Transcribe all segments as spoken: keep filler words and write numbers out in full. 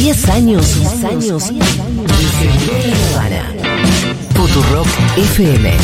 diez años, diez años de Nirvana. Futurock F M.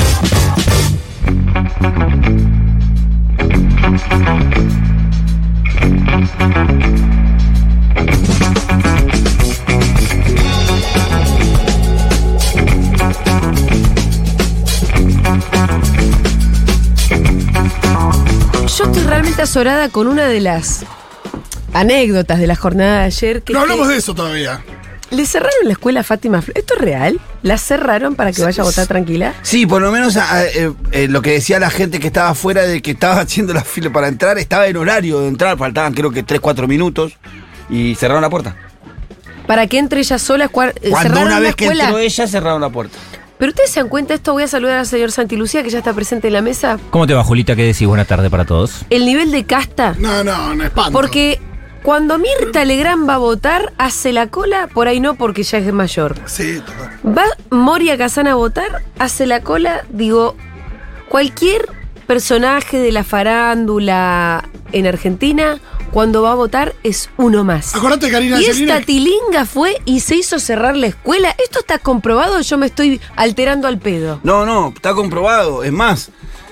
Yo estoy realmente azorada con una de las anécdotas de la jornada de ayer. Que no hablamos que de eso todavía. ¿Le cerraron la escuela a Fátima Flores? ¿Esto es real? ¿La cerraron para que vaya a votar tranquila? Sí, por lo menos a, eh, eh, lo que decía la gente que estaba afuera de que estaba haciendo la fila para entrar, estaba en horario de entrar, faltaban creo que tres, cuatro minutos y cerraron la puerta. Para que entre ella sola, Cuando cerraron una vez la que escuela. entró ella, cerraron la puerta. Pero ustedes se dan cuenta, esto voy a saludar al señor Santilucía, que ya está presente en la mesa. ¿Cómo te va, Julita? ¿Qué decís? Buenas tardes para todos. El nivel de casta. No, no, no espanto. Porque cuando Mirta Legrand va a votar, hace la cola, por ahí no, porque ya es mayor. Sí, total. Va Moria Kazan a votar, hace la cola, digo, cualquier personaje de la farándula en Argentina, cuando va a votar, es uno más. Acordate, Karina Y Angelina, esta tilinga fue y se hizo cerrar la escuela. ¿Esto está comprobado o yo me estoy alterando al pedo? No, no, está comprobado. Es más,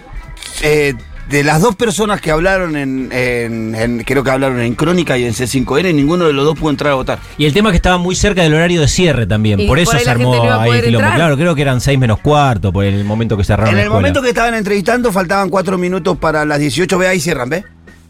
eh, de las dos personas que hablaron en, en, en- creo que hablaron en Crónica y en C cinco N, ninguno de los dos pudo entrar a votar. Y el tema es que estaba muy cerca del horario de cierre también. Y Por eso por ahí se la armó gente no iba a ahí poder el quilombo. entrar. Claro, creo que eran seis menos cuarto por el momento que cerraron En la el escuela. momento que estaban entrevistando faltaban cuatro minutos para las dieciocho. Ve, ahí cierran, ¿ve?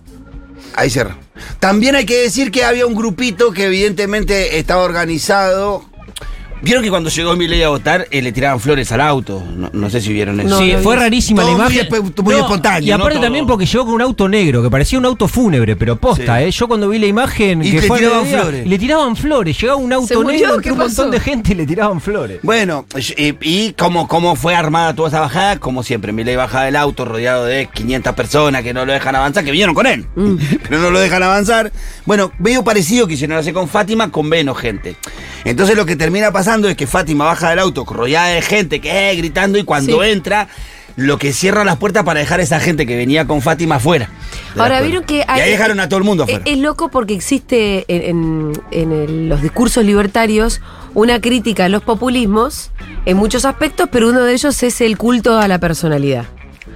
Ahí cierran. También hay que decir que había un grupito que evidentemente estaba organizado. Vieron que cuando llegó Milei a votar eh, le tiraban flores al auto. No, no sé si vieron eso. No, Sí, no fue vi. rarísima Todo la muy imagen. espe- muy espontáneo, Y aparte ¿no? también Todo. porque llegó con un auto negro, que parecía un auto fúnebre, pero posta, Sí. ¿eh? Yo cuando vi la imagen. Y que le fue tiraban de día, flores. Le tiraban flores. Llegaba un ¿Se auto murió? negro, ¿Qué entró un pasó? montón de gente y le tiraban flores. Bueno, y, y como, como fue armada toda esa bajada, como siempre, Milei baja del auto rodeado de quinientas personas que no lo dejan avanzar, que vinieron con él, pero no lo dejan avanzar. Bueno, medio parecido que hicieron hacer con Fátima, con menos gente. Entonces lo que termina pasando es que Fátima baja del auto rodeada de gente que eh, gritando y cuando Sí. entra, lo que cierra las puertas para dejar a esa gente que venía con Fátima afuera. de la Ahora, escuela. vieron que Y ahí dejaron a todo el mundo afuera. Es, es loco porque existe en, en- en el- los discursos libertarios una crítica a los populismos en muchos aspectos, pero uno de ellos es el culto a la personalidad.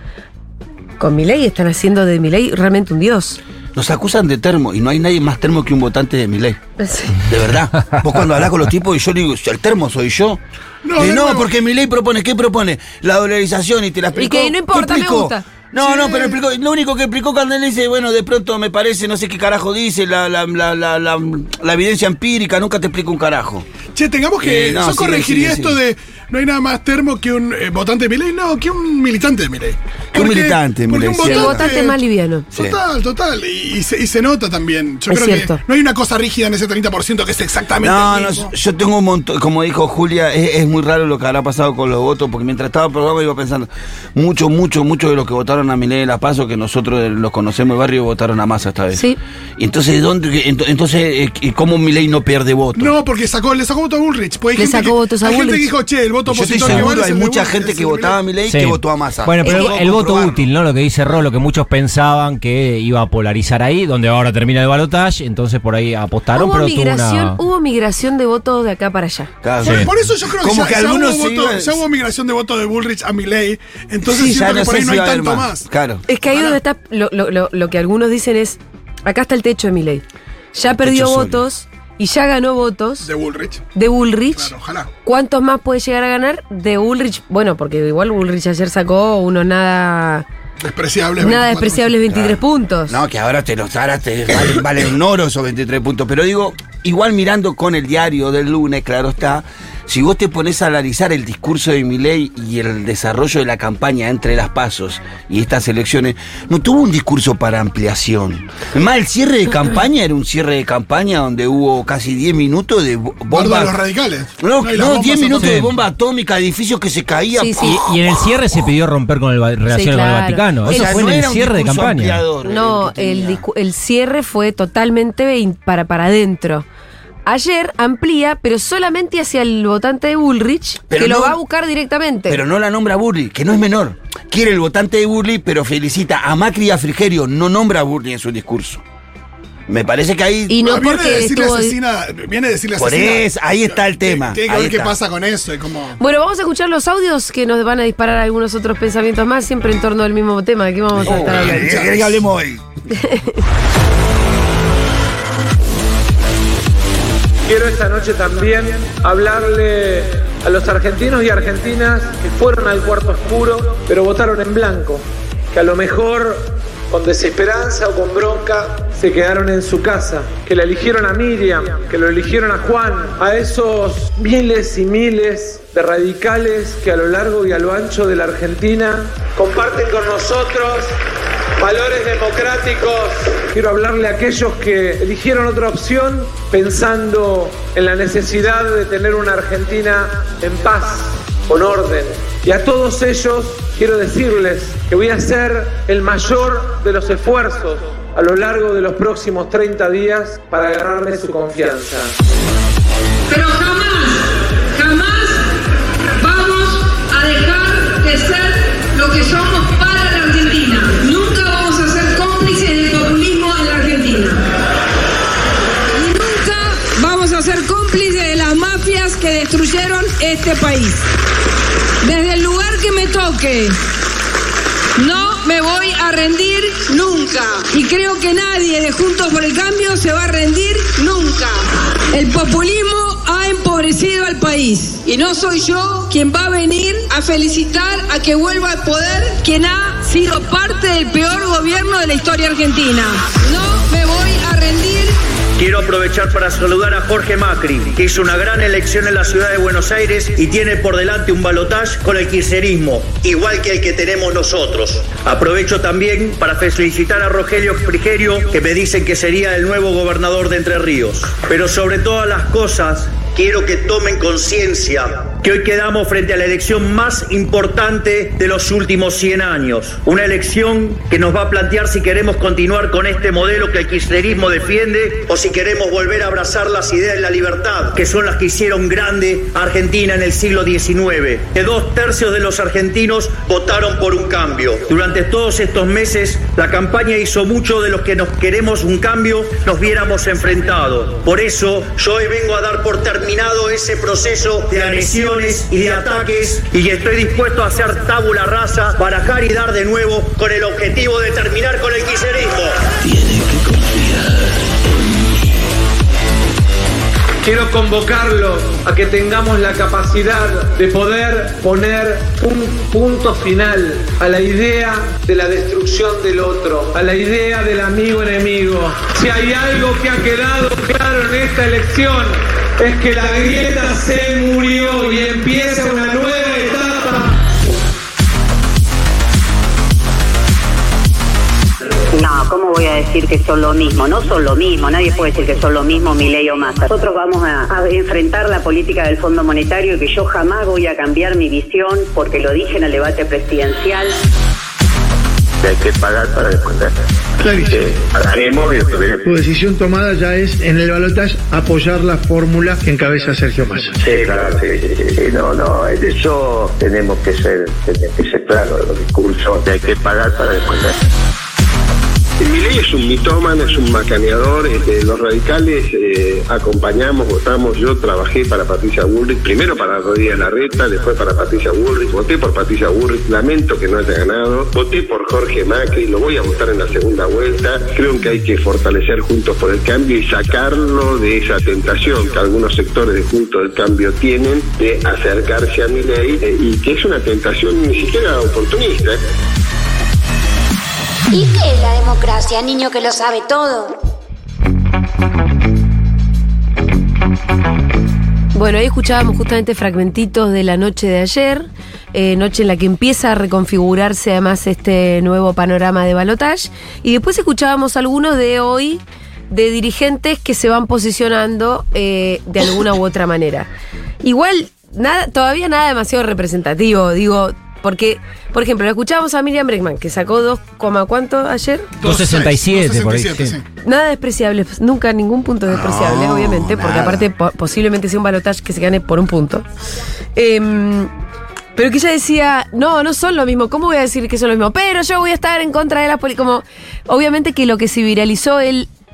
Con Milei están haciendo de Milei realmente un dios. Nos acusan de termo y no hay nadie más termo que un votante de Milei. Sí. De verdad. Vos cuando hablás con los tipos y yo le digo, el termo soy yo. No, Y de no, nuevo. porque Milei propone, ¿qué propone? La dolarización y te la Y explicó. que no importa, ¿Qué me explicó? gusta. No, Sí. no, pero explicó, lo único que explicó cuando él dice, bueno, de pronto me parece, no sé qué carajo dice, la, la, la, la, la, la evidencia empírica, nunca te explica un carajo. Che, tengamos que. Eh, no, yo sigue, corregiría sigue, esto sigue. de. No hay nada más termo que un eh, votante de Milei, no, que un militante de Milei. Que un militante de porque Milei, un sí. El votante, votante más liviano. Total, total. Y, y se, y se nota también. Yo Es creo cierto. que no hay una cosa rígida en ese treinta por ciento que es exactamente No, el no, mismo. yo tengo un montón, como dijo Julia, es, es muy raro lo que habrá pasado con los votos, porque mientras estaba el programa iba pensando, mucho, mucho, mucho de los que votaron a Milei de la Paso, que nosotros los conocemos del barrio, votaron a Massa esta vez. Sí. Y entonces, ¿dónde, ent- entonces eh, ¿cómo Milei no pierde votos? No, porque sacó, le sacó voto a Bullrich. Pues hay Le gente sacó que, votos a hay gente que Bullrich. dijo, che, el voto Yo estoy opositor que seguro, vale es hay el de mucha Bullrich, gente es que el de votaba a Milei. Milei Sí. que votó a Massa. Bueno, pero Eso el, puedo el voto comprobarlo. útil, ¿no? Lo que dice Ro, lo que muchos pensaban que iba a polarizar ahí, donde ahora termina el balotaje, entonces por ahí apostaron, Hubo pero tuvo migración, una... hubo migración de votos de acá para allá. Claro. Por, Sí. por eso yo creo que, Como ya, que ya algunos hubo se voto- iban- ya hubo migración de votos de Bullrich a Milei. Entonces Sí, siento ya que no por sé ahí si no hay va a haber tanto más. más. Claro. Es que ahí Ojalá. donde está, lo, lo- lo- lo que algunos dicen es, acá está el techo de Milei. Ya perdió techo votos y ya ganó votos De Bullrich. de Bullrich. Claro, ojalá. ¿Cuántos más puede llegar a ganar de Bullrich? Bueno, porque igual Bullrich ayer sacó unos nada, Despreciables. nada veinticuatro. despreciables veintitrés Claro. puntos. No, que ahora te los ahora te valen, valen un oro esos veintitrés puntos. Pero digo, igual mirando con el diario del lunes, claro está, si vos te pones a analizar el discurso de Milei y el desarrollo de la campaña entre las pasos y estas elecciones, no tuvo un discurso para ampliación. Más el cierre de campaña era un cierre de campaña donde hubo casi diez minutos de bo- Gordo de los bombas. radicales. No, y las no, bombas diez minutos atómicas. de bomba atómica, edificios que se caían. Sí, sí. Y, y en el cierre se pidió romper con el va- relaciones con claro. el Vaticano. O Eso sea, fue no en el era un cierre de discurso campaña. ampliador No, que el, tenía. discu- el cierre fue totalmente in- para, para adentro. Ayer amplía, pero solamente hacia el votante de Bullrich, Pero que lo no- va a buscar directamente. Pero no la nombra Burri, que no es menor. Quiere el votante de Burri, pero felicita a Macri y a Frigerio. No nombra a Burri en su discurso. Me parece que ahí... Y no viene porque a decirle estuvo- asesina, viene a decirle Por asesina. eso, ahí está el tema. Tiene que ahí ver qué está. pasa con eso. Y como... Bueno, vamos a escuchar los audios que nos van a disparar algunos otros pensamientos más, siempre en torno al mismo tema. ¿De qué vamos a estar hablando? ¿Qué querés que hablemos hoy? Quiero esta noche también hablarle a los argentinos y argentinas que fueron al cuarto oscuro, pero votaron en blanco, que a lo mejor con desesperanza o con bronca se quedaron en su casa, que la eligieron a Miriam, que lo eligieron a Juan, a esos miles y miles de radicales que a lo largo y a lo ancho de la Argentina comparten con nosotros valores democráticos. Quiero hablarle a aquellos que eligieron otra opción pensando en la necesidad de tener una Argentina en paz, con orden. Y a todos ellos quiero decirles que voy a hacer el mayor de los esfuerzos a lo largo de los próximos treinta días para ganarme su confianza. Pero jamás, jamás vamos a dejar de ser lo que somos para la Argentina. Nunca vamos a ser cómplices del populismo en la Argentina. Y nunca vamos a ser cómplices de las mafias que destruyeron este país. Desde el lugar que me toque, no me voy a rendir nunca. Y creo que nadie de Juntos por el Cambio se va a rendir nunca. El populismo ha empobrecido al país. Y no soy yo quien va a venir a felicitar a que vuelva al poder quien ha sido parte del peor gobierno de la historia argentina. No me voy a rendir. Quiero aprovechar para saludar a Jorge Macri, que hizo una gran elección en la ciudad de Buenos Aires y tiene por delante un balotaje con el kirchnerismo, igual que el que tenemos nosotros. Aprovecho también para felicitar a Rogelio Frigerio, que me dicen que sería el nuevo gobernador de Entre Ríos. Pero sobre todas las cosas, quiero que tomen conciencia que hoy quedamos frente a la elección más importante de los últimos cien años. Una elección que nos va a plantear si queremos continuar con este modelo que el kirchnerismo defiende o si queremos volver a abrazar las ideas de la libertad, que son las que hicieron grande a Argentina en el siglo diecinueve. Que dos tercios de los argentinos votaron por un cambio. Durante todos estos meses, la campaña hizo mucho de los que nos queremos un cambio nos viéramos enfrentados. Por eso, yo hoy vengo a dar por terminado ese proceso de anexiones y de ataques y estoy dispuesto a hacer tabula rasa, barajar y dar de nuevo con el objetivo de terminar con el kirchnerismo. Tiene que confiar. Quiero convocarlos a que tengamos la capacidad de poder poner un punto final a la idea de la destrucción del otro, a la idea del amigo enemigo. Si hay algo que ha quedado claro en esta elección, es que la grieta se murió y empieza una nueva etapa. No, ¿cómo voy a decir que son lo mismo? No son lo mismo, nadie puede decir que son lo mismo Milei o Massa. Nosotros vamos a, a enfrentar la política del Fondo Monetario y que yo jamás voy a cambiar mi visión porque lo dije en el debate presidencial. Hay que pagar para defender. Clarísimo. Eh, pagaremos y Tu decisión tomada ya es en el balotaje apoyar la fórmula que encabeza Sergio Massa. Sí, claro, sí, sí, sí, sí, no, no, en eso tenemos que ser, tenemos que ser claros, los discursos, hay que pagar para defender. Milei es un mitómano, es un macaneador. Este, los radicales eh, acompañamos, votamos. Yo trabajé para Patricia Bullrich, primero para Rodríguez Larreta, después para Patricia Bullrich. Voté por Patricia Bullrich, lamento que no haya ganado. Voté por Jorge Macri, lo voy a votar en la segunda vuelta. Creo que hay que fortalecer Juntos por el Cambio y sacarlo de esa tentación que algunos sectores de Juntos del Cambio tienen de acercarse a Milei eh, y que es una tentación ni siquiera oportunista. ¿eh? ¿Y qué es la democracia, niño que lo sabe todo? Bueno, ahí escuchábamos justamente fragmentitos de la noche de ayer, eh, noche en la que empieza a reconfigurarse además este nuevo panorama de balotaje, y después escuchábamos algunos de hoy de dirigentes que se van posicionando eh, de alguna u otra manera. Igual, nada, todavía nada demasiado representativo, digo... Porque, por ejemplo, lo escuchábamos a Miriam Bregman, que sacó dos, ¿cuánto ayer? dos sesenta y siete por ahí. Sí. Nada despreciable, nunca ningún punto es despreciable, No, obviamente, porque nada. aparte po- posiblemente sea un balotaje que se gane por un punto. Eh, pero que ella decía, no, no son lo mismo, ¿cómo voy a decir que son lo mismo? Pero yo voy a estar en contra de las políticas. Como, obviamente que lo que se viralizó el,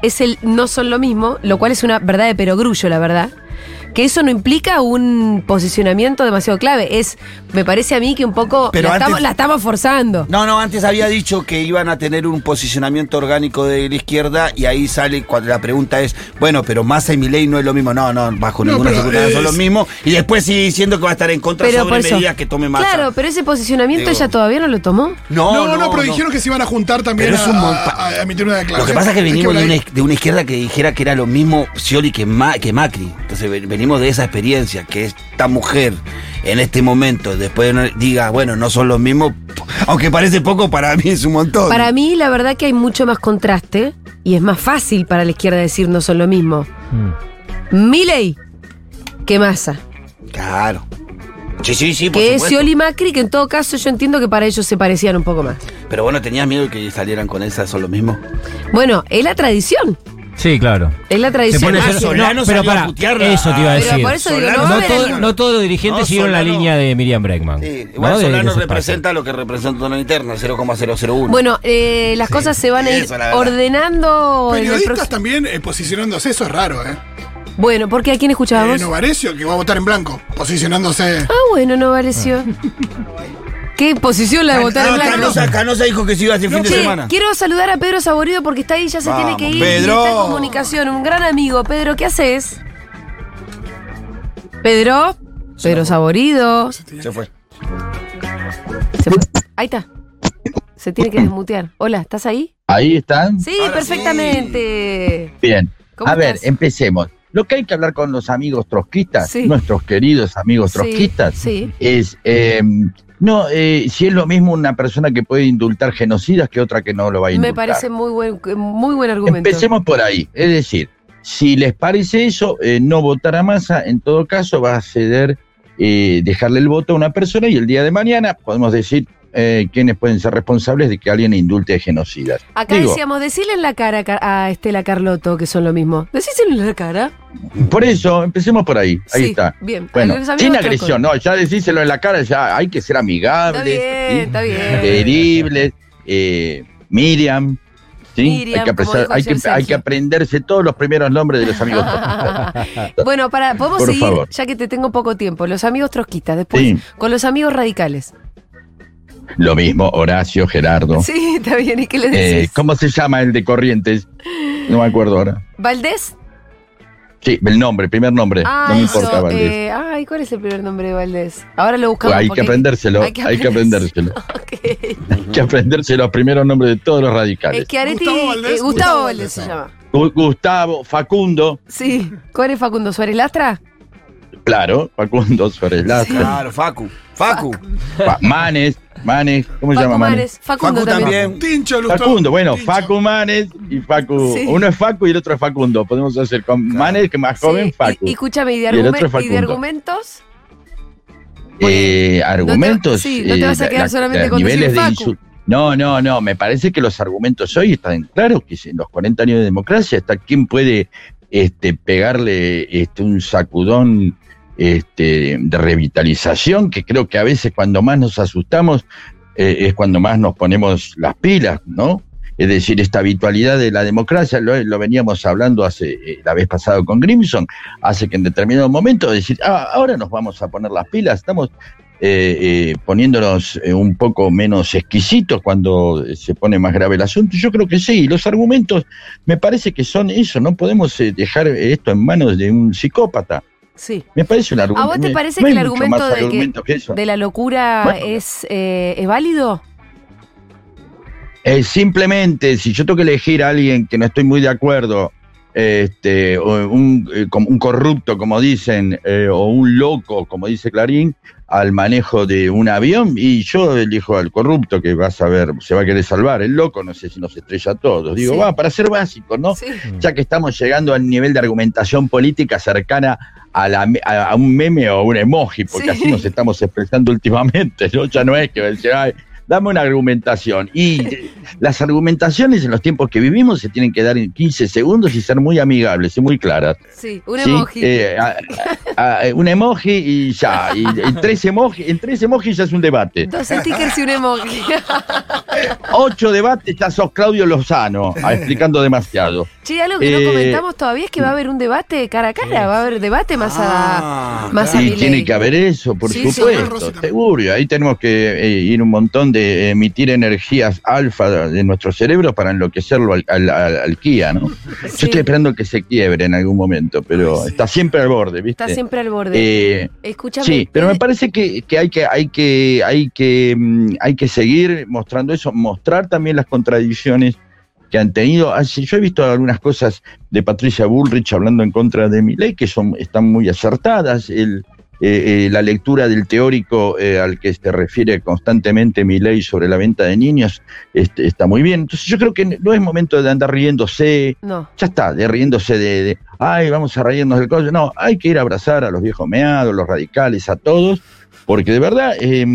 es el no son lo mismo, lo cual es una verdad de perogrullo, la verdad. Que eso no implica un posicionamiento demasiado clave. Es, me parece a mí que un poco Pero la, antes- estamos, la estamos forzando. No, no, antes había dicho que iban a tener un posicionamiento orgánico de la izquierda y ahí sale cuando la pregunta es, bueno, pero Massa y Milei no es lo mismo. No, no, bajo No, ninguna pero circunstancia son es- lo mismo. Y después sigue diciendo que va a estar en contra Pero sobre por eso- medidas que tome Massa. Claro, pero ese posicionamiento Digo- ella todavía no lo tomó. No, No, no, no, pero no. dijeron que se iban a juntar también Pero es a, un mon- a- a emitir una declaración. Lo que pasa es que venimos por de ahí- una, de una izquierda que dijera que era lo mismo Scioli que, Ma- que Macri. Entonces ven- venimos de esa experiencia, que esta mujer en este momento, después de no- diga, bueno, no son los mismos, aunque parece poco, para mí es un montón. Para mí, la verdad que hay mucho más contraste y es más fácil para la izquierda decir no son lo mismo. Milei que Massa. Claro. Sí, sí, sí, por Que es supuesto. Scioli y Macri, que en todo caso yo entiendo que para ellos se parecían un poco más. Pero bueno, ¿tenías miedo que salieran con esa, son los mismos? Bueno, es la tradición. Sí, claro. Es la Se tradición. pone Ah, no, Solano pero salió a para, putearla. eso te iba a Pero decir. por eso digo, Solano- no va a No, haber todo- alguien- no todos los dirigentes No, siguieron la Solano- línea de Miriam Bregman. Sí, ¿no? igual De- de Solano ese representa lo que representa una interna, cero coma cero cero uno. Bueno, eh, las cosas se van a ir Eso, la verdad. ordenando en el Periodistas próximo. también eh, posicionándose, eso es raro, ¿eh? Bueno, porque ¿a quién escuchábamos? Eh, Novarecio, que va a votar en blanco, posicionándose. Ah, bueno, no pareció. ¿Qué posición la de votar en No, blanco? Canosa, Canosa dijo que se iba a hacer fin de Che, semana. quiero saludar a Pedro Saborido porque está ahí, ya se Vamos, tiene que ir. Pedro. Y está en comunicación, un gran amigo. Pedro, ¿qué haces? Pedro, Pedro Saborido. Se fue. Se fue. Ahí está. Se tiene que desmutear. Hola, ¿estás ahí? Ahí están. Sí, perfectamente. Bien. ¿Cómo A ver, estás? empecemos. Lo que hay que hablar con los amigos trotskistas, Sí. nuestros queridos amigos Sí, trotskistas, sí. es eh, no eh, si es lo mismo una persona que puede indultar genocidas que otra que no lo va a indultar. Me parece muy buen, muy buen argumento. Empecemos por ahí. Es decir, si les parece eso, eh, no votar a Massa, en todo caso va a ceder, eh, dejarle el voto a una persona y el día de mañana podemos decir eh, quiénes pueden ser responsables de que alguien indulte genocidas. Acá Digo, decíamos, decirle en la cara a Car- a Estela Carlotto que son lo mismo. Decíselo en la cara. por eso, empecemos por ahí. Ahí Sí, está. bien. Bueno, A los amigos sin trocos. agresión, no, ya decíselo en la cara, ya hay que ser amigables, Está bien, ¿sí? está bien. queribles, eh, Miriam, ¿sí? Miriam, hay, que como apreciar- dijo hay, ayer que, hay Sergio. que aprenderse todos los primeros nombres de los amigos trotskistas. Bueno, para, podemos Por seguir, favor. ya que te tengo poco tiempo. Los amigos trotskistas, después Sí. con los amigos radicales. Lo mismo, Horacio, Gerardo. Sí, está bien. ¿Y qué le Eh, decís? ¿Cómo se llama el de Corrientes? No me acuerdo ahora. ¿Valdés? Sí, el nombre, el primer nombre. Ah, no me eso, importa, Valdés. eh, ay, ¿cuál es el primer nombre de Valdés? Ahora lo buscamos. hay que porque- aprendérselo, hay que, aprendérselo. Hay que aprenderse los primeros nombres de todos los radicales. Es que Areti, Gustavo Valdés, eh, Gustavo Gustavo Valdés se Valdés. llama. Gu- Gustavo, Facundo, Sí. ¿Cuál es Facundo Suárez Lastra? claro, Facundo Suárez Lastra. Claro, Facu. Facu. Fa- Manes, Manes, ¿cómo se Facu llama Manes? Manes. Facundo Facu también. también. Tincho, Lustó. Facundo, bueno, Tincho. Facu Manes y Facu. Sí. Uno es Facu y el otro es Facundo. Podemos hacer con Manes, que más joven, Sí, Facu. Y, y escúchame, ¿y de, Y el otro argumen- es Facundo. y de argumentos? Eh, argumentos. sí, no te vas a eh, quedar la- solamente la- con niveles decir de Facu. insu- No, no, no. Me parece que los argumentos hoy están claros que en los cuarenta años de democracia está quién puede este, pegarle este, un sacudón este, de revitalización, que creo que a veces cuando más nos asustamos eh, es cuando más nos ponemos las pilas, ¿no? Es decir, esta habitualidad de la democracia, lo, lo veníamos hablando hace eh, la vez pasada con Grimson, hace que en determinado momento decir, ah, ahora nos vamos a poner las pilas, estamos eh, eh, poniéndonos eh, un poco menos exquisitos cuando se pone más grave el asunto. Yo creo que sí, los argumentos me parece que son eso, no podemos eh, dejar esto en manos de un psicópata. Sí. Me parece un argumento. ¿A vos te me- parece no que hay el mucho argumento más de, que- argumento que eso. de la locura Bueno. es, eh, es válido? Eh, simplemente, si yo tengo que elegir a alguien que no estoy muy de acuerdo, este, o un, eh, como un corrupto, como dicen, eh, o un loco, como dice Clarín, al manejo de un avión, y yo elijo al corrupto que va a saber, se va a querer salvar. El loco, no sé si nos estrella a todos. Digo, Sí. va, para ser básicos, ¿no? Sí. Ya que estamos llegando al nivel de argumentación política cercana a, la, a, a un meme o un emoji, porque Sí. así nos estamos expresando últimamente, ¿no? Ya no es que decir, ay, dame una argumentación. Y eh, las argumentaciones en los tiempos que vivimos se tienen que dar en quince segundos y ser muy amigables y muy claras. Sí, un ¿sí? emoji. Eh, a- a- a- un emoji y ya. Y, en, tres emoji, en tres emojis ya es un debate. Dos stickers y un emoji. Ocho debates, ya sos Claudio Lozano, explicando demasiado. Che, algo que Eh, no comentamos todavía es que va a haber un debate cara a cara, va a haber debate más a más a Y Milei. tiene que haber eso, por Sí, supuesto, seguro. Y ahí tenemos que eh, ir un montón de emitir energías alfa de nuestro cerebro para enloquecerlo al, al, al, al Kia, ¿no? Yo estoy esperando que se quiebre en algún momento, pero está siempre al borde, ¿viste? Está siempre al borde. Eh, Escúchame. Sí, pero me parece que, que hay que hay que hay que mm, hay que seguir mostrando eso, mostrar también las contradicciones que han tenido. Así, yo he visto algunas cosas de Patricia Bullrich hablando en contra de Milei que son están muy acertadas. El, eh, eh, la lectura del teórico eh, al que se refiere constantemente Milei sobre la venta de niños este, está muy bien. Entonces yo creo que no es momento de andar riéndose. No. Ya está, de riéndose de, de ay, vamos a reírnos del coche. No, hay que ir a abrazar a los viejos meados, los radicales, a todos, porque de verdad eh,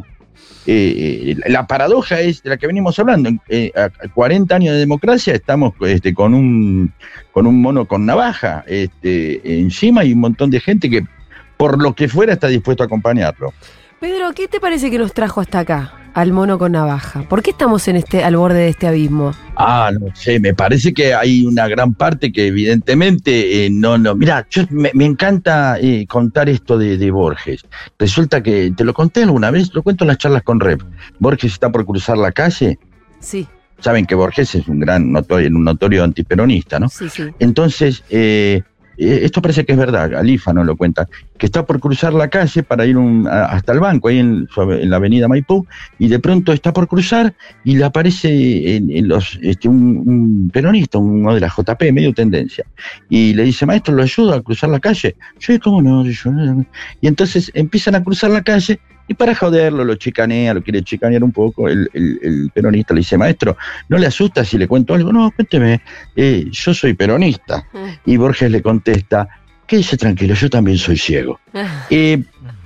eh, la paradoja es de la que venimos hablando. Eh, a cuarenta años de democracia estamos este, con un con un mono con navaja este, encima y un montón de gente que por lo que fuera está dispuesto a acompañarlo. Pedro, ¿qué te parece que nos trajo hasta acá, al mono con navaja? ¿Por qué estamos en este, al borde de este abismo? Ah, no sé, me parece que hay una gran parte que evidentemente eh, no, no. Mirá, yo me, me encanta eh, contar esto de, de Borges. Resulta que, te lo conté alguna vez, lo cuento en las charlas con Rep. Borges está por cruzar la calle. Sí. Saben que Borges es un gran notorio, un notorio antiperonista, ¿no? Sí, sí. Entonces, eh, eh, esto parece que es verdad, Galífano lo cuenta, que está por cruzar la calle para ir un, a, hasta el banco, ahí en, en la avenida Maipú, y de pronto está por cruzar y le aparece en, en los, este, un, un peronista, uno de la J P, medio tendencia, y le dice, maestro, ¿lo ayudo a cruzar la calle? Sí, ¿cómo no? Y entonces empiezan a cruzar la calle, y para joderlo, lo chicanea, lo quiere chicanear un poco, el, el, el peronista le dice, maestro, ¿no le asusta si le cuento algo? No, cuénteme, eh, yo soy peronista. Y Borges le contesta, quédese tranquilo, yo también soy ciego. Eh,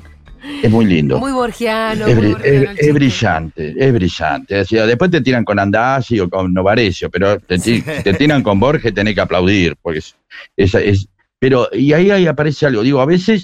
es muy lindo. Muy borgiano. Es, muy bri- borgiano es- es brillante, es brillante. O sea, después te tiran con Andazzi o con Novarecio, pero te, ti- te tiran con Borges, tenés que aplaudir, porque es, es, es- pero, y ahí, ahí aparece algo, digo, a veces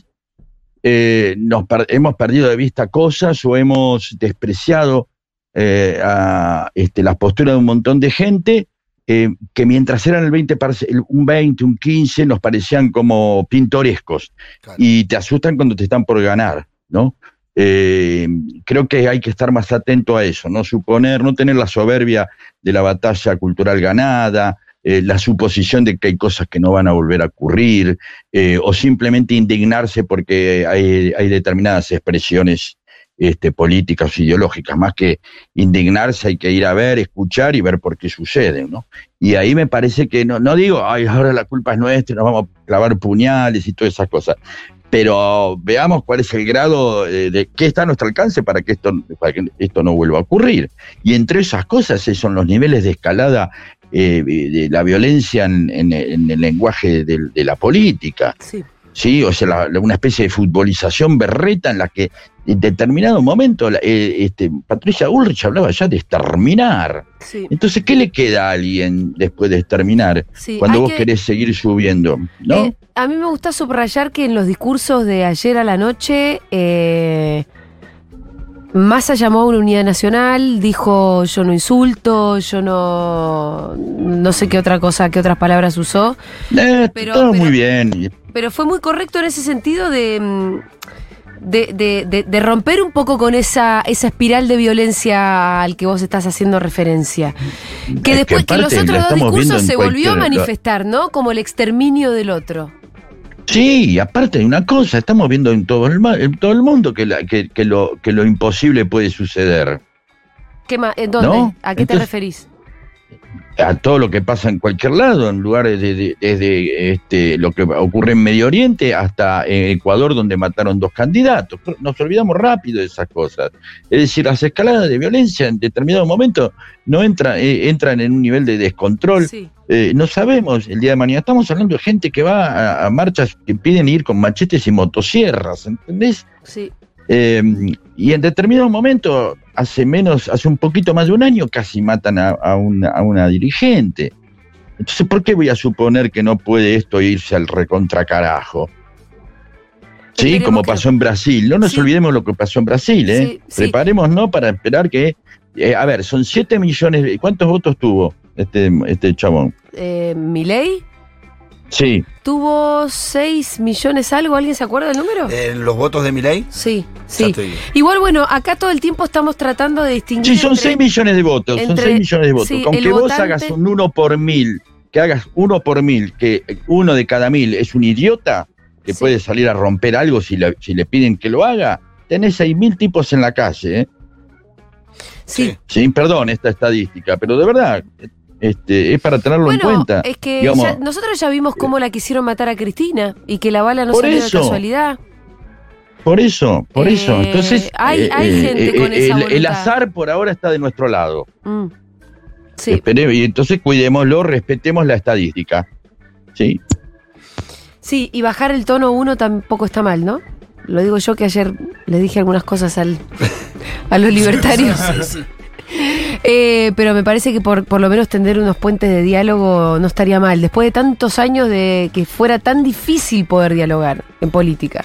eh, nos per- hemos perdido de vista cosas o hemos despreciado eh, a, este, las posturas de un montón de gente eh, que mientras eran el veinte, parce- el- un veinte, un quince, nos parecían como pintorescos y te asustan cuando te están por ganar, ¿no? Eh, creo que hay que estar más atento a eso, no suponer, no tener la soberbia de la batalla cultural ganada, eh, la suposición de que hay cosas que no van a volver a ocurrir, eh, o simplemente indignarse porque hay, hay determinadas expresiones este, políticas o ideológicas. Más que indignarse hay que ir a ver, escuchar y ver por qué sucede, ¿no? Y ahí me parece que, no, no digo, ay, ahora la culpa es nuestra, nos vamos a clavar puñales y todas esas cosas, pero veamos cuál es el grado de, de qué está a nuestro alcance para que esto para que esto no vuelva a ocurrir. Y entre esas cosas son los niveles de escalada eh, de la violencia en, en, en el lenguaje de, de la política. Sí. Sí, o sea, la, la, una especie de futbolización berreta en la que en determinado momento la, eh, este, Patricia Bullrich hablaba ya de exterminar. Sí. Entonces, ¿qué le queda a alguien después de exterminar? Sí, cuando hay vos que- querés seguir subiendo, ¿no? Eh, a mí me gusta subrayar que en los discursos de ayer a la noche, eh, Massa llamó a una unidad nacional, dijo yo no insulto, yo no no sé qué otra cosa, qué otras palabras usó, Eh, pero- todo pero- muy bien. pero fue muy correcto en ese sentido de, mm, de, de- de- de romper un poco con esa, esa espiral de violencia al que vos estás haciendo referencia. Que Es después que, aparte los la otros dos estamos viendo discursos en se volvió a cualquier- manifestar, ¿no? Como el exterminio del otro. Sí, y aparte hay una cosa, estamos viendo en todo el, ma- en todo el mundo que, la- que, que lo, que lo imposible puede suceder. ¿Qué más? ¿En dónde? ¿No? ¿A qué te Entonces- referís? A todo lo que pasa en cualquier lado, en lugares de, de- desde este, lo que ocurre en Medio Oriente hasta en Ecuador, donde mataron dos candidatos. Nos olvidamos rápido de esas cosas. Es decir, las escaladas de violencia en determinado momento no entran, eh, entran en un nivel de descontrol. Sí. Eh, no sabemos el día de mañana. Estamos hablando de gente que va a, a marchas que piden ir con machetes y motosierras, ¿entendés? Sí. Eh, y en determinado momento, hace menos, hace un poquito más de un año, casi matan a, a una, a una dirigente. Entonces, ¿por qué voy a suponer que no puede esto irse al recontracarajo? Sí, Esperemos como que pasó en Brasil. No nos Sí. olvidemos lo que pasó en Brasil, ¿eh? Sí, sí. Preparémonos para esperar que Eh, a ver, son siete millones. ¿Cuántos votos tuvo este, este chabón? Eh, ¿Milei? Sí. ¿Tuvo seis millones algo? ¿Alguien se acuerda del número? Eh, ¿Los votos de Milei? Sí, Ya sí. estoy- Igual, bueno, acá todo el tiempo estamos tratando de distinguir. Sí, son entre- seis millones de votos. Son entre- seis millones de votos. sí, Con el que vos votante- hagas un uno por mil, que hagas uno por mil, que uno de cada mil es un idiota que Sí. puede salir a romper algo si le, si le piden que lo haga, tenés seis mil tipos en la calle, ¿eh? Sí. Sí, perdón esta estadística, pero de verdad, este, es para tenerlo Bueno, en cuenta. es que Digamos, ya- nosotros ya vimos cómo la quisieron matar a Cristina y que la bala no Por salió de eso. casualidad. Por eso, por Eh, eso. Entonces, hay- hay gente con esa el, el voluntad. azar por ahora está de nuestro lado. Mm. Sí. Espere- y entonces cuidémoslo, respetemos la estadística. ¿Sí? Sí, y bajar el tono uno tampoco está mal, ¿no? Lo digo yo que ayer le dije algunas cosas al, a los libertarios. Eh, pero me parece que por, por lo menos tender unos puentes de diálogo no estaría mal. Después de tantos años de que fuera tan difícil poder dialogar en política.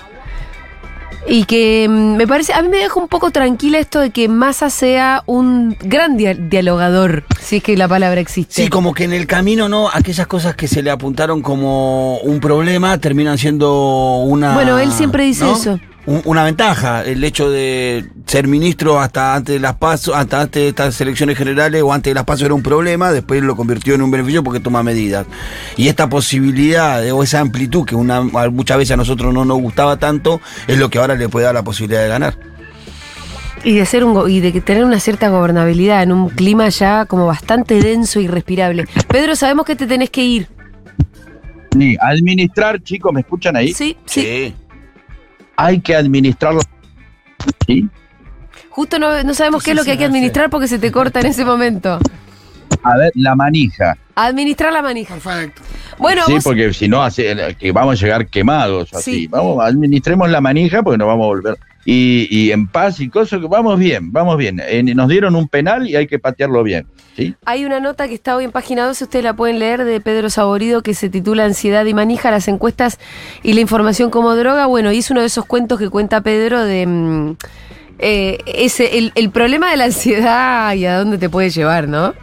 Y que mm, me parece, a mí me deja un poco tranquila esto de que Massa sea un gran dia- dialogador, si es que la palabra existe. Sí, como que en el camino, ¿no? Aquellas cosas que se le apuntaron como un problema terminan siendo una... Bueno, él siempre dice ¿no? eso. Un- una ventaja, el hecho de ser ministro hasta antes de las PASO, hasta antes de estas elecciones generales o antes de las PASO era un problema, después lo convirtió en un beneficio porque toma medidas. Y esta posibilidad de- o esa amplitud que una, muchas veces a nosotros no nos gustaba tanto, es lo que ahora le puede dar la posibilidad de ganar. Y de ser un go- y de que tener una cierta gobernabilidad en un clima ya como bastante denso y respirable. Pedro, sabemos que te tenés que ir. Sí, administrar, chicos, ¿me escuchan ahí? Sí, sí. Hay que administrarlo. ¿Sí? Justo no, no sabemos qué es lo que hay que administrar porque se te corta en ese momento. A ver, la manija. Administrar la manija. Perfecto. Bueno, Sí, vos- porque si no, hace, que vamos a llegar quemados así. Sí. Vamos, administremos la manija porque nos vamos a volver. Y, y en paz y cosas, que vamos bien, vamos bien. Eh, nos dieron un penal y hay que patearlo bien. ¿Sí? hay una nota que está hoy en página doce, ustedes la pueden leer, de Pedro Saborido, que se titula Ansiedad y manija, las encuestas y la información como droga. Bueno, y es uno de esos cuentos que cuenta Pedro de mm, eh, ese, el, el problema de la ansiedad y a dónde te puede llevar, ¿no?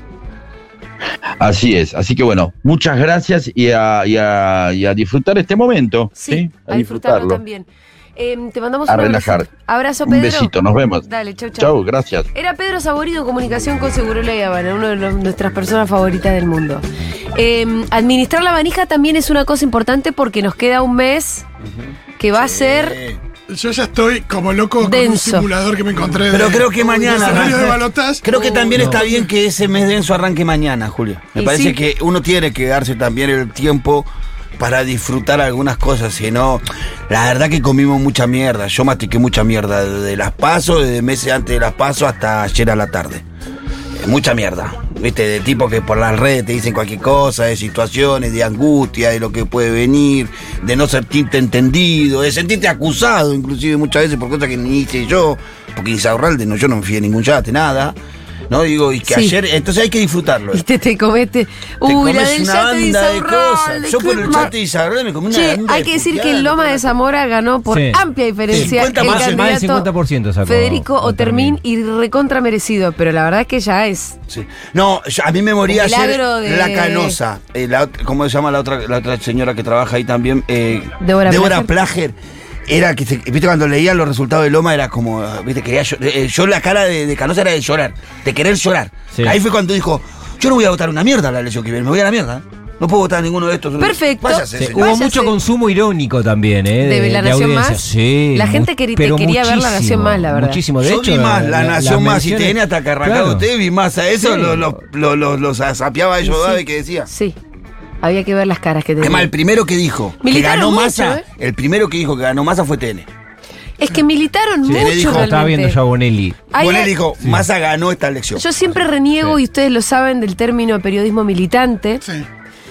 Así es. Así que bueno, muchas gracias y a, y a, y a disfrutar este momento. Sí, a disfrutarlo también. Eh, te mandamos A un relajar. abrazo. Abrazo, Un Pedro. besito, nos vemos. Dale, chau, chau. Chau, gracias. Era Pedro Saborido, comunicación con Segurola y Habana, uno de los- nuestras personas favoritas del mundo. Eh, administrar la manija también es una cosa importante porque nos queda un mes que va a ser Yo ya estoy como loco con un denso. simulador que me encontré. Pero de- creo que mañana. escenario de ¿no? balotaje. Creo que también Uh, está no. bien que ese mes denso arranque mañana, Julio. Me Y parece sí. que uno tiene que darse también el tiempo para disfrutar algunas cosas, si no, la verdad que comimos mucha mierda. Yo mastiqué mucha mierda desde las pasos, desde meses antes de las pasos hasta ayer a la tarde. Eh, Mucha mierda, viste, de tipo que por las redes te dicen cualquier cosa, de situaciones, de angustia, de lo que puede venir, de no sentirte entendido, de sentirte acusado, inclusive muchas veces por cosas que ni hice yo, porque Isaurralde, no, yo no me fui a ningún yate, nada. No, digo, y que Sí. ayer, entonces hay que disfrutarlo. Y te, te comete. Te Uy, la comes del una yate de banda de Isaurralde, cosas. Yo por el qué ma- chat de Isaurralde me comí una Che, banda hay de que decir que puteadas, el Loma no de Zamora ganó por Sí. amplia diferencia cincuenta el más, candidato más del cincuenta por ciento sacó Federico Otermin. Otermin y recontra merecido, pero la verdad es que ya es. Sí. No, yo- a mí me moría Un milagro ayer de- la Canosa. Eh, la ot- ¿Cómo se llama la otra, la otra señora que trabaja ahí también? Eh, Débora Plager. Plager. Era que, se- viste, cuando leía los resultados de Loma era como, viste, quería llo- eh, yo la cara de, de Canosa era de llorar, de querer llorar. Sí. Ahí fue cuando dijo, yo no voy a votar una mierda la elección que viene, me voy a la mierda. No puedo votar a ninguno de estos. Perfecto. Váyase, Sí, señor. hubo Váyase. mucho consumo irónico también, ¿eh? De La Nación audiencia. Más. Sí, La mu- gente quería- pero quería ver La muchísimo, Nación Más, la verdad. Muchísimo, de Yo hecho. vi más La, Nación Más y menciones- T N hasta que arrancaba Claro. usted, vi más a eso, Sí. los lo, lo, lo- los sapeaba a ellos Sí. Dave que decía. Sí. Había que ver las caras que tenía. Además, el primero que dijo que Militaron ganó mucho, Massa, ¿eh? el primero que dijo que ganó Massa fue T N. Es que militaron Sí, mucho le dijo, realmente. Estaba viendo yo a Bonelli. Hay- Bueno, él dijo, Massa ganó esta elección. Yo siempre reniego, Sí. y ustedes lo saben, del término periodismo militante, Sí.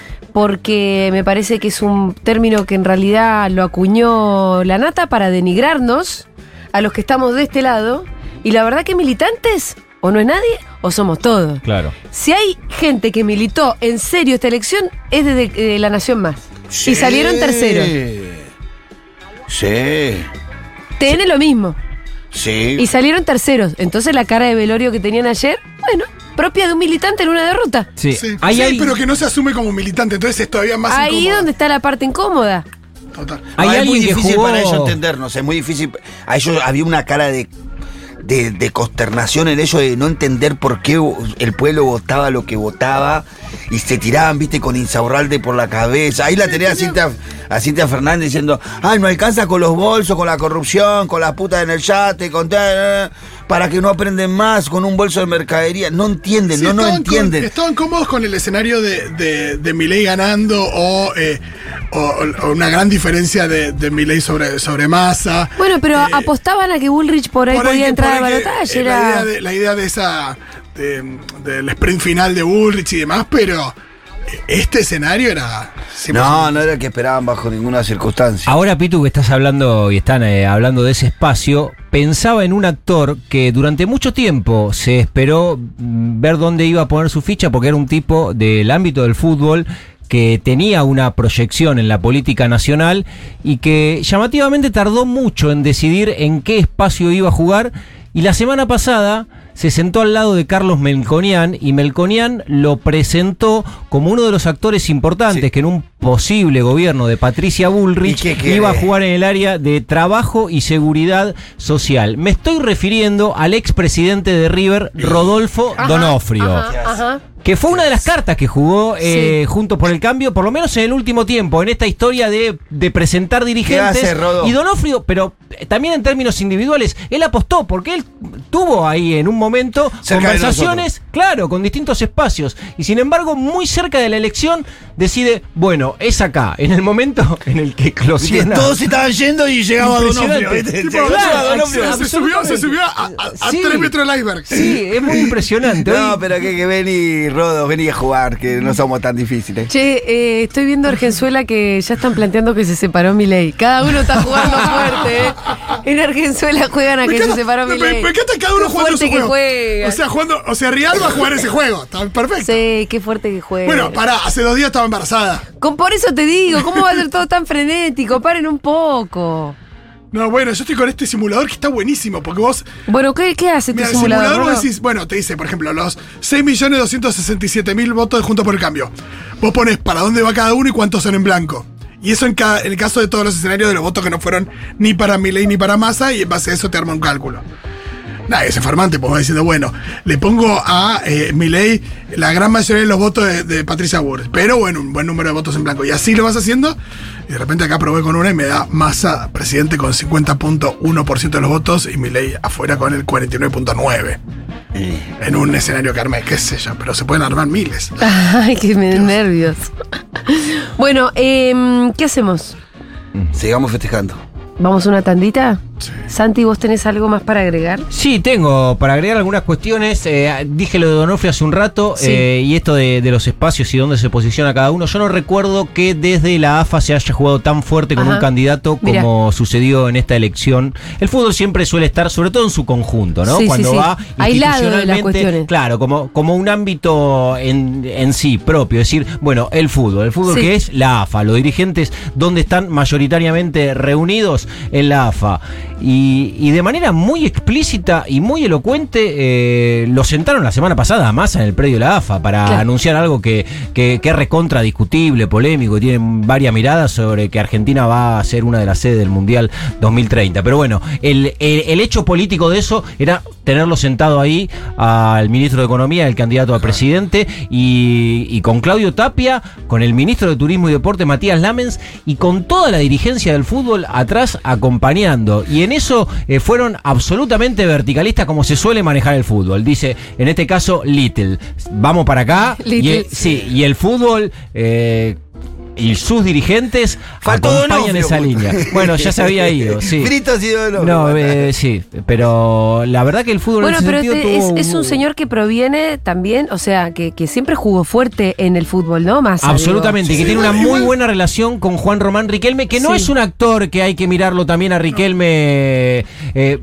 porque me parece que es un término que en realidad lo acuñó la nata para denigrarnos a los que estamos de este lado. Y la verdad que militantes, o no es nadie, o somos todos. Claro. Si hay gente que militó en serio esta elección, es desde de La Nación Más. Y salieron terceros. Sí. T N lo mismo. Sí. Y salieron terceros. Entonces la cara de velorio que tenían ayer, bueno, propia de un militante en una derrota. Sí, Sí, Ahí sí, hay- pero que no se asume como militante, entonces es todavía más Ahí incómodo. donde está la parte incómoda. Total. Hay No, es muy alguien que difícil jugó- para ellos entendernos, es muy difícil. A ellos había una cara de, de, de consternación en ellos de no entender por qué el pueblo votaba lo que votaba y se tiraban, viste, con Insaurralde por la cabeza. Ahí la tenía a Cintia, a Cintia Fernández diciendo, ay, no alcanza con los bolsos, con la corrupción, con las putas en el yate, con tal, para que no aprenden más, con un bolso de mercadería. No entienden, Sí, no, no estaban con- entienden. estaban cómodos con el escenario de, de, de Milei ganando o, eh, o, o una gran diferencia de, de Milei sobre, sobre Massa. Bueno, pero apostaban a que Bullrich por ahí Por ahí podía que- entrar al por ahí que, balotaje. eh, La Era... idea de, la idea de esa de- del sprint final de Bullrich y demás, pero este escenario era No, no era el que esperaban bajo ninguna circunstancia. Ahora, Pitu, que estás hablando y están eh, hablando de ese espacio, pensaba en un actor que durante mucho tiempo se esperó mm, ver dónde iba a poner su ficha porque era un tipo del ámbito del fútbol que tenía una proyección en la política nacional y que llamativamente tardó mucho en decidir en qué espacio iba a jugar, y la semana pasada se sentó al lado de Carlos Melconian y Melconian lo presentó como uno de los actores importantes que en un posible gobierno de Patricia Bullrich ¿Y qué quiere? iba a jugar en el área de trabajo y seguridad social. Me estoy refiriendo al expresidente de River, Rodolfo Ajá, Donofrio. ajá, ajá. Que fue una de las cartas que jugó eh, Juntos por el Cambio, por lo menos en el último tiempo, en esta historia de, de presentar dirigentes. ¿Qué hace, Rodó? Y Donofrio, pero eh, también en términos individuales, él apostó, porque él tuvo ahí en un momento Cerca de conversaciones, claro, con distintos espacios. Y sin embargo, muy cerca de la elección, decide, bueno, es acá, en el momento en el que eclosiona. Todos se estaban yendo y llegaba Impresionante. Donofrio, ¿viste? Tipo, Llegaba claro, Donofrio. se, se subió, se subió a, a- a Sí. tres metros del iceberg. Sí, es muy impresionante. No, Hoy- pero que, que vení, Rodo, vení a jugar, que no somos tan difíciles. Che, eh, estoy viendo Argenzuela que ya están planteando que se separó Milei. Cada uno está jugando fuerte, ¿eh? En Argenzuela juegan a que se separó me, Milei. me, me encanta cada uno Qué jugando fuerte su que juego. juega. O sea, jugando, o sea, Real va a jugar ese juego. Está perfecto. Sí, qué fuerte que juega. Bueno, pará, hace dos días estaba embarazada. Con, por eso te digo, ¿cómo va a ser todo tan frenético? Paren un poco. No, bueno, yo estoy con este simulador que está buenísimo, porque vos. Bueno, ¿qué, qué hace tu Mira, el simulador? simulador vos Rodo? decís, bueno, te dice, por ejemplo, los seis millones doscientos sesenta y siete mil votos de Juntos por el Cambio. Vos pones para dónde va cada uno y cuántos son en blanco. Y eso en, cada, en el caso de todos los escenarios de los votos que no fueron ni para Milei ni para Massa, y en base a eso te arma un cálculo. Nada, es enfermante, pues va diciendo, bueno, le pongo a eh, Milei la gran mayoría de los votos de, de Patricia Bullrich, pero bueno, un buen número de votos en blanco. Y así lo vas haciendo, y de repente acá probé con una y me da Massa presidente con cincuenta punto uno por ciento de los votos y Milei afuera con el cuarenta y nueve punto nueve por ciento. En un escenario que armé, qué sé yo, pero se pueden armar miles. Ay, que me den nervios. Bueno, em, ¿qué hacemos? Sigamos festejando. ¿Vamos a una tandita? Santi, ¿vos tenés algo más para agregar? Sí, tengo para agregar algunas cuestiones. Eh, dije lo de Donofrio hace un rato, Sí. eh, y esto de, de los espacios y dónde se posiciona cada uno. Yo no recuerdo que desde la A F A se haya jugado tan fuerte con Ajá. un candidato Mirá. como sucedió en esta elección. El fútbol siempre suele estar, sobre todo en su conjunto, ¿no? Sí, sí, Cuando sí. va Aislado de las institucionalmente, cuestiones. claro, como, como un ámbito en, en sí propio. Es decir, bueno, el fútbol. El fútbol Sí. que es la A F A. Los dirigentes, ¿dónde están mayoritariamente reunidos? En la A F A. Y, y de manera muy explícita y muy elocuente eh, lo sentaron la semana pasada a Massa en el predio de la A F A para Claro. anunciar algo que, que, que es recontra discutible, polémico, y tienen varias miradas sobre que Argentina va a ser una de las sedes del Mundial dos mil treinta. Pero bueno, el, el, el hecho político de eso era tenerlo sentado ahí al ministro de Economía, el candidato a presidente, y, y con Claudio Tapia, con el ministro de Turismo y Deporte, Matías Lamens, y con toda la dirigencia del fútbol atrás acompañando. Y en eso eh, fueron absolutamente verticalistas, como se suele manejar el fútbol. Dice, en este caso, Little. Vamos para acá. Little. Y el, sí, y el fútbol... eh, y sus dirigentes Faltó acompañan Donofrio. esa línea. Bueno, ya se había ido, sí. Fritos y Donofrio. No, eh, sí, pero la verdad que el fútbol Bueno, en ese pero sentido este es, tuvo- es un señor que proviene también, o sea, que, que siempre jugó fuerte en el fútbol, ¿no? Más Absolutamente, que Sí, tiene igual- una muy igual- buena relación con Juan Román Riquelme, que no Sí. es un actor que hay que mirarlo también a Riquelme. eh,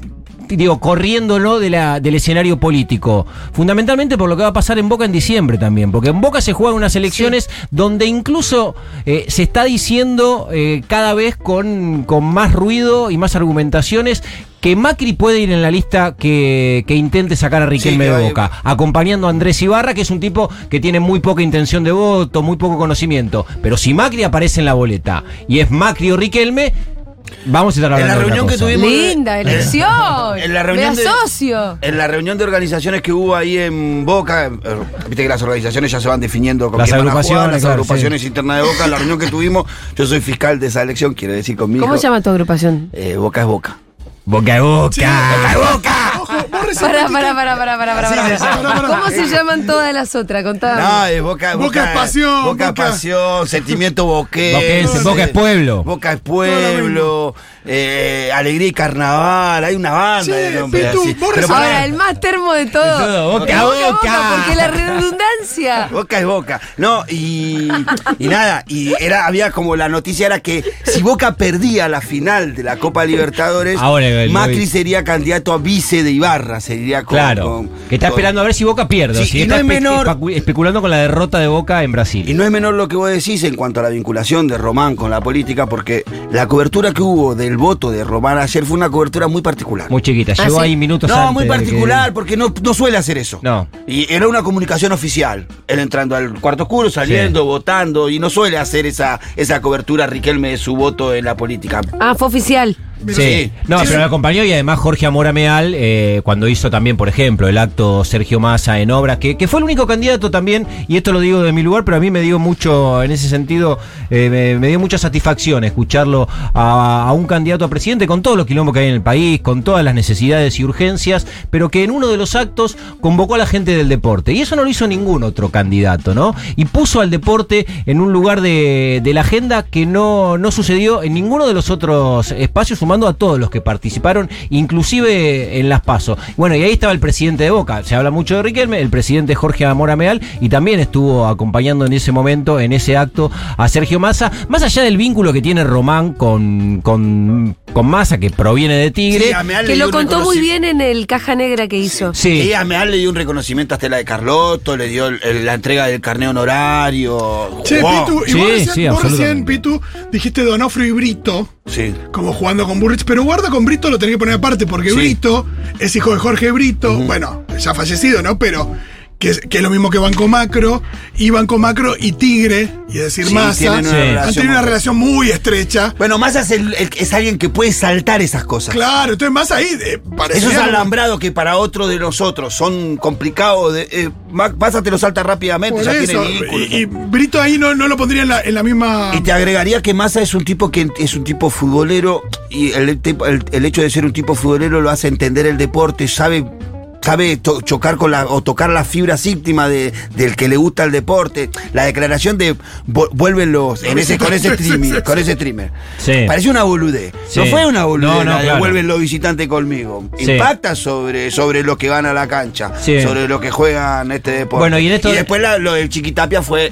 digo, corriéndolo de la, del escenario político. Fundamentalmente por lo que va a pasar en Boca en diciembre también, porque en Boca se juegan unas elecciones sí. donde incluso eh, se está diciendo eh, cada vez con, con más ruido y más argumentaciones que Macri puede ir en la lista que, que intente sacar a Riquelme sí, de Boca, acompañando a Andrés Ibarra, que es un tipo que tiene muy poca intención de voto, muy poco conocimiento. Pero si Macri aparece en la boleta y es Macri o Riquelme, vamos a estar hablando en la reunión de que tuvimos. Linda elección. En la reunión de asocio. En la reunión de organizaciones que hubo ahí en Boca, viste que las organizaciones ya se van definiendo con las quién agrupaciones, van a jugar, las claro, agrupaciones sí. internas de Boca. En la reunión que tuvimos, yo soy fiscal de esa elección, quiere decir conmigo. ¿Cómo se llama tu agrupación? Eh, Boca es Boca. Boca es Boca. Sí, Boca es Boca. Ojo, vos recién Pará, metiste- pará, pará, pará, pará, pará, Sí, pará. sí, sí. ¿Cómo se llaman todas las otras? Contame. No, es Boca, Boca, Boca es pasión, Boca es Boca- pasión, sentimiento boquense. Boquense, Boca es pueblo. Boca es pueblo, eh, alegría y carnaval. Hay una banda Sí, de nombres Pitu, así. vos Pero recién- pará, Ahora, el más termo de todo. De todo, Boca, Boca, Boca. porque la redundancia. Boca es Boca. No, y, y nada, y era, había como la noticia era que si Boca perdía la final de la Copa Libertadores, Ahora, el- Macri sería candidato a vice de Ibarra, sería con, Claro, con- que está con- esperando a ver si Boca pierde. Sí, si y está no es espe- menor- especu- especulando con la derrota de Boca en Brasil. Y no es menor lo que vos decís en cuanto a la vinculación de Román con la política, porque la cobertura que hubo del voto de Román ayer fue una cobertura muy particular. Muy chiquita, ¿Ah, llegó sí? ahí minutos No, antes. muy de que- particular, porque no, no suele hacer eso. No. Y era una comunicación oficial. Él entrando al cuarto oscuro, saliendo, Sí. votando, y no suele hacer esa, esa cobertura Riquelme de su voto en la política. Ah, fue oficial. Sí, Sí. no, Sí. pero lo acompañó y además Jorge Amora Meal, eh, cuando hizo también, por ejemplo, el acto Sergio Massa en Obras, que, que fue el único candidato también, y esto lo digo de mi lugar, pero a mí me dio mucho, en ese sentido, eh, me, me dio mucha satisfacción escucharlo a, a un candidato a presidente con todos los quilombos que hay en el país, con todas las necesidades y urgencias, pero que en uno de los actos convocó a la gente del deporte. Y eso no lo hizo ningún otro candidato, ¿no? Y puso al deporte en un lugar de, de la agenda que no, no sucedió en ninguno de los otros espacios, sumando a todos los que participaron, inclusive en las PASO. Bueno, y ahí estaba el presidente de Boca, se habla mucho de Riquelme, el presidente Jorge Amora Meal, y también estuvo acompañando en ese momento, en ese acto, a Sergio Massa, más allá del vínculo que tiene Román con, con, con Massa, que proviene de Tigre. Sí, a Meal le Que dio lo un contó muy reconoci- bien en el Caja Negra que hizo. Sí. Sí, a Meal le dio un reconocimiento a Estela de Carlotto, le dio el- el- la entrega del carné honorario. Che, Wow. Pitu, y Sí, vos recién, sí, vos recién, absolutamente. Pitu, dijiste Donofrio y Brito, Sí. como jugando con Burrich, pero guarda con Brito lo tenés que poner aparte, porque Sí. Brito es hijo de Jorge Brito, bueno, ya fallecido, ¿no? Pero que es, que es lo mismo que Banco Macro, y Banco Macro y Tigre, y es decir, Sí, Massa, tienen una Sí. han relación tenido una muy- relación muy estrecha. Bueno, Massa es, el- el- es alguien que puede saltar esas cosas. Claro, entonces Massa ahí eh, parecía Esos como- alambrados que para otros de nosotros son complicados, de, eh, Ma- Massa te lo salta rápidamente, por ya eso, tiene vínculo. y, y Brito ahí no, no lo pondría en la, en la misma... Y te agregaría que Massa es un tipo que es un tipo futbolero y el, tipo- el, el hecho de ser un tipo futbolero lo hace entender el deporte, sabe sabe to- chocar con la o tocar la fibra íntima de, del que le gusta el deporte. La declaración de vu- vuelven los en ese con ese Sí, sí, streaming, sí, con sí. ese streamer. Sí. Pareció una boludez. Sí. No fue una boludez, No, no, la de claro. vuelven los visitantes conmigo. Sí. Impacta sobre, sobre los que van a la cancha, Sí. sobre los que juegan este deporte. Bueno, y en esto- después la- lo del Chiquitapia fue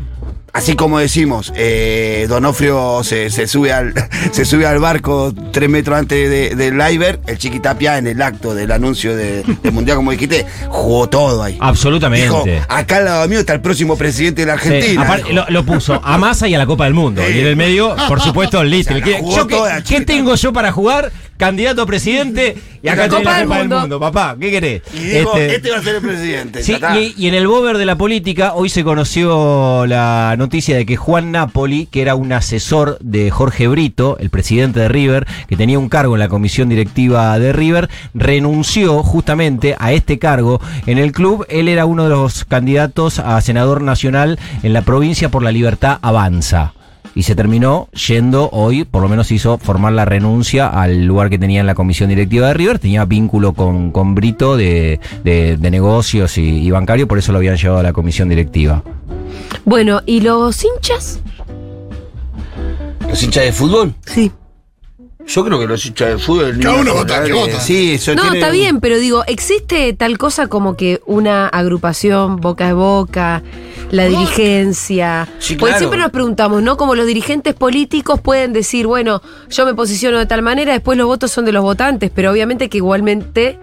así como decimos, eh, Donofrio se, se sube al se sube al barco tres metros antes de- del Iber, el Chiquitapia en el acto del anuncio de, del Mundial, como dijiste, jugó todo ahí. Absolutamente. Dijo, acá al lado mío está el próximo presidente de la Sí, Argentina. aparte, dijo. lo, lo puso a Massa y a la Copa del Mundo. Sí. Y en el medio, por supuesto, Little. la ¿Qué, jugó yo qué- toda, ¿qué chiquita. tengo yo para jugar? Candidato a presidente y acá La tenés Copa la del Copa del Mundo. Mundo, papá. ¿Qué querés? Y dijo, este, Este, va a ser el presidente. Sí, ya está. y, y en el bober de la política, hoy se conoció la noticia de que Juan Napoli, que era un asesor de Jorge Brito, el presidente de River, que tenía un cargo en la comisión directiva de River, renunció justamente a este cargo en el club. Él era uno de los candidatos a senador nacional en la provincia por la Libertad Avanza. Y se terminó yendo hoy, por lo menos hizo formar la renuncia al lugar que tenía en la comisión directiva de River. Tenía vínculo con, con Brito de, de, de negocios y, y bancario, por eso lo habían llevado a la comisión directiva. Bueno, ¿y los hinchas? ¿Los hinchas de fútbol? Sí. Yo creo que los hinchas de fútbol... Cada uno niños, vota, que eh, vota. Sí, eso No, tiene- está bien, pero digo, ¿existe tal cosa como que una agrupación boca a boca, la dirigencia? Sí, Porque claro. siempre nos preguntamos, ¿no? Como los dirigentes políticos pueden decir, bueno, yo me posiciono de tal manera, después los votos son de los votantes, pero obviamente que igualmente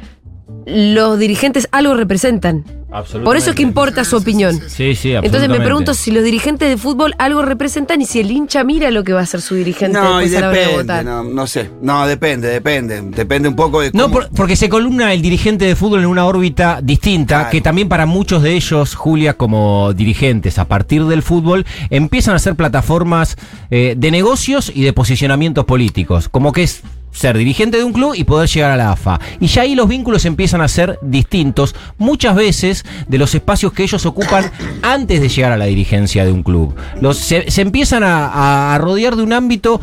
los dirigentes algo representan. Por eso es que importa su opinión. Sí, sí, Entonces me absolutamente. pregunto si los dirigentes de fútbol algo representan y si el hincha mira lo que va a hacer su dirigente No, y después a la hora de depende, votar. no, no sé. No, depende, depende. Depende un poco de cómo... No, por- porque se columna el dirigente de fútbol en una órbita distinta, Claro. que también para muchos de ellos, Julia, como dirigentes a partir del fútbol, empiezan a ser plataformas eh, de negocios y de posicionamientos políticos, como que es ser dirigente de un club y poder llegar a la A F A. Y ya ahí los vínculos empiezan a ser distintos, muchas veces de los espacios que ellos ocupan antes de llegar a la dirigencia de un club. Los, se, se empiezan a, a rodear de un ámbito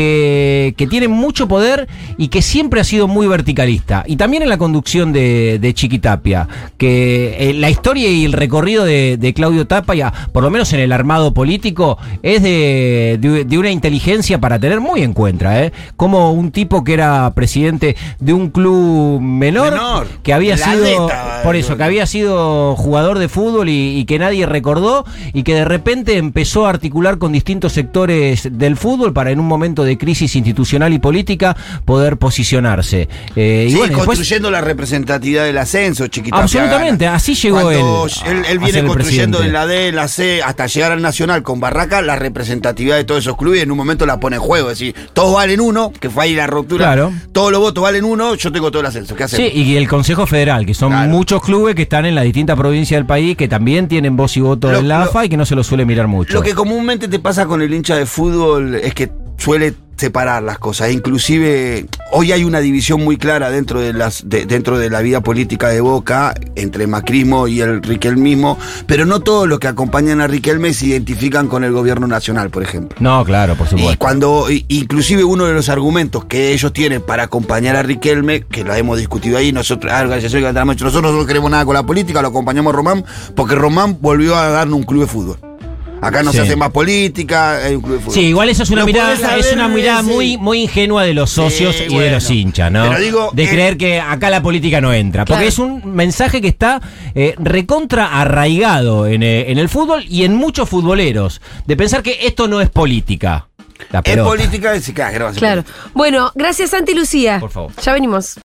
que, que tiene mucho poder y que siempre ha sido muy verticalista. Y también en la conducción de, de Chiqui Tapia, que eh, la historia y el recorrido de, de Claudio Tapia, por lo menos en el armado político, es de, de, de una inteligencia para tener muy en cuenta, ¿eh? Como un tipo que era presidente de un club menor, Menor. que había La sido, Aleta, por eso, que había sido jugador de fútbol y, y que nadie recordó, y que de repente empezó a articular con distintos sectores del fútbol para en un momento de crisis institucional y política poder posicionarse. Eh, y Sí, bueno, después- construyendo la representatividad del ascenso, Chiquita. Absolutamente, así llegó Cuando él él. a- Él a viene ser el construyendo presidente. en la D, en la C, hasta llegar al Nacional con Barraca, la representatividad de todos esos clubes, y en un momento la pone en juego. Es decir, todos valen uno, que fue ahí la ruptura. Claro. Todos los votos valen uno, yo tengo todo el ascenso. ¿Qué hacemos? Sí, y el Consejo Federal, que son Claro. muchos clubes que están en las distintas provincias del país, que también tienen voz y voto Lo- en la lo- A F A y que no se lo suele mirar mucho. Lo que comúnmente te pasa con el hincha de fútbol es que suele separar las cosas. Inclusive hoy hay una división muy clara dentro de las de- dentro de la vida política de Boca entre macrismo y el riquelmismo, pero no todos los que acompañan a Riquelme se identifican con el gobierno nacional, por ejemplo. No, claro, por supuesto. Y cuando, i- inclusive uno de los argumentos que ellos tienen para acompañar a Riquelme, que lo hemos discutido ahí, nosotros, ah, organización que tenemos, nosotros no queremos nada con la política, lo acompañamos a Román, porque Román volvió a darnos un club de fútbol. Acá no Sí. se hace más política, hay un club de fútbol. Sí, igual eso es una Lo mirada, podés saber es una mirada ese- muy, muy ingenua de los socios Sí, y de bueno. los hinchas, ¿no? Pero digo, de eh, creer que acá la política no entra. Porque Claro. es un mensaje que está eh, recontra arraigado en, eh, en el fútbol y en muchos futboleros. De pensar que esto no es política. La Es pelota. política, es, claro, Claro. Bueno, gracias Santi y Lucía. Por favor. Ya venimos.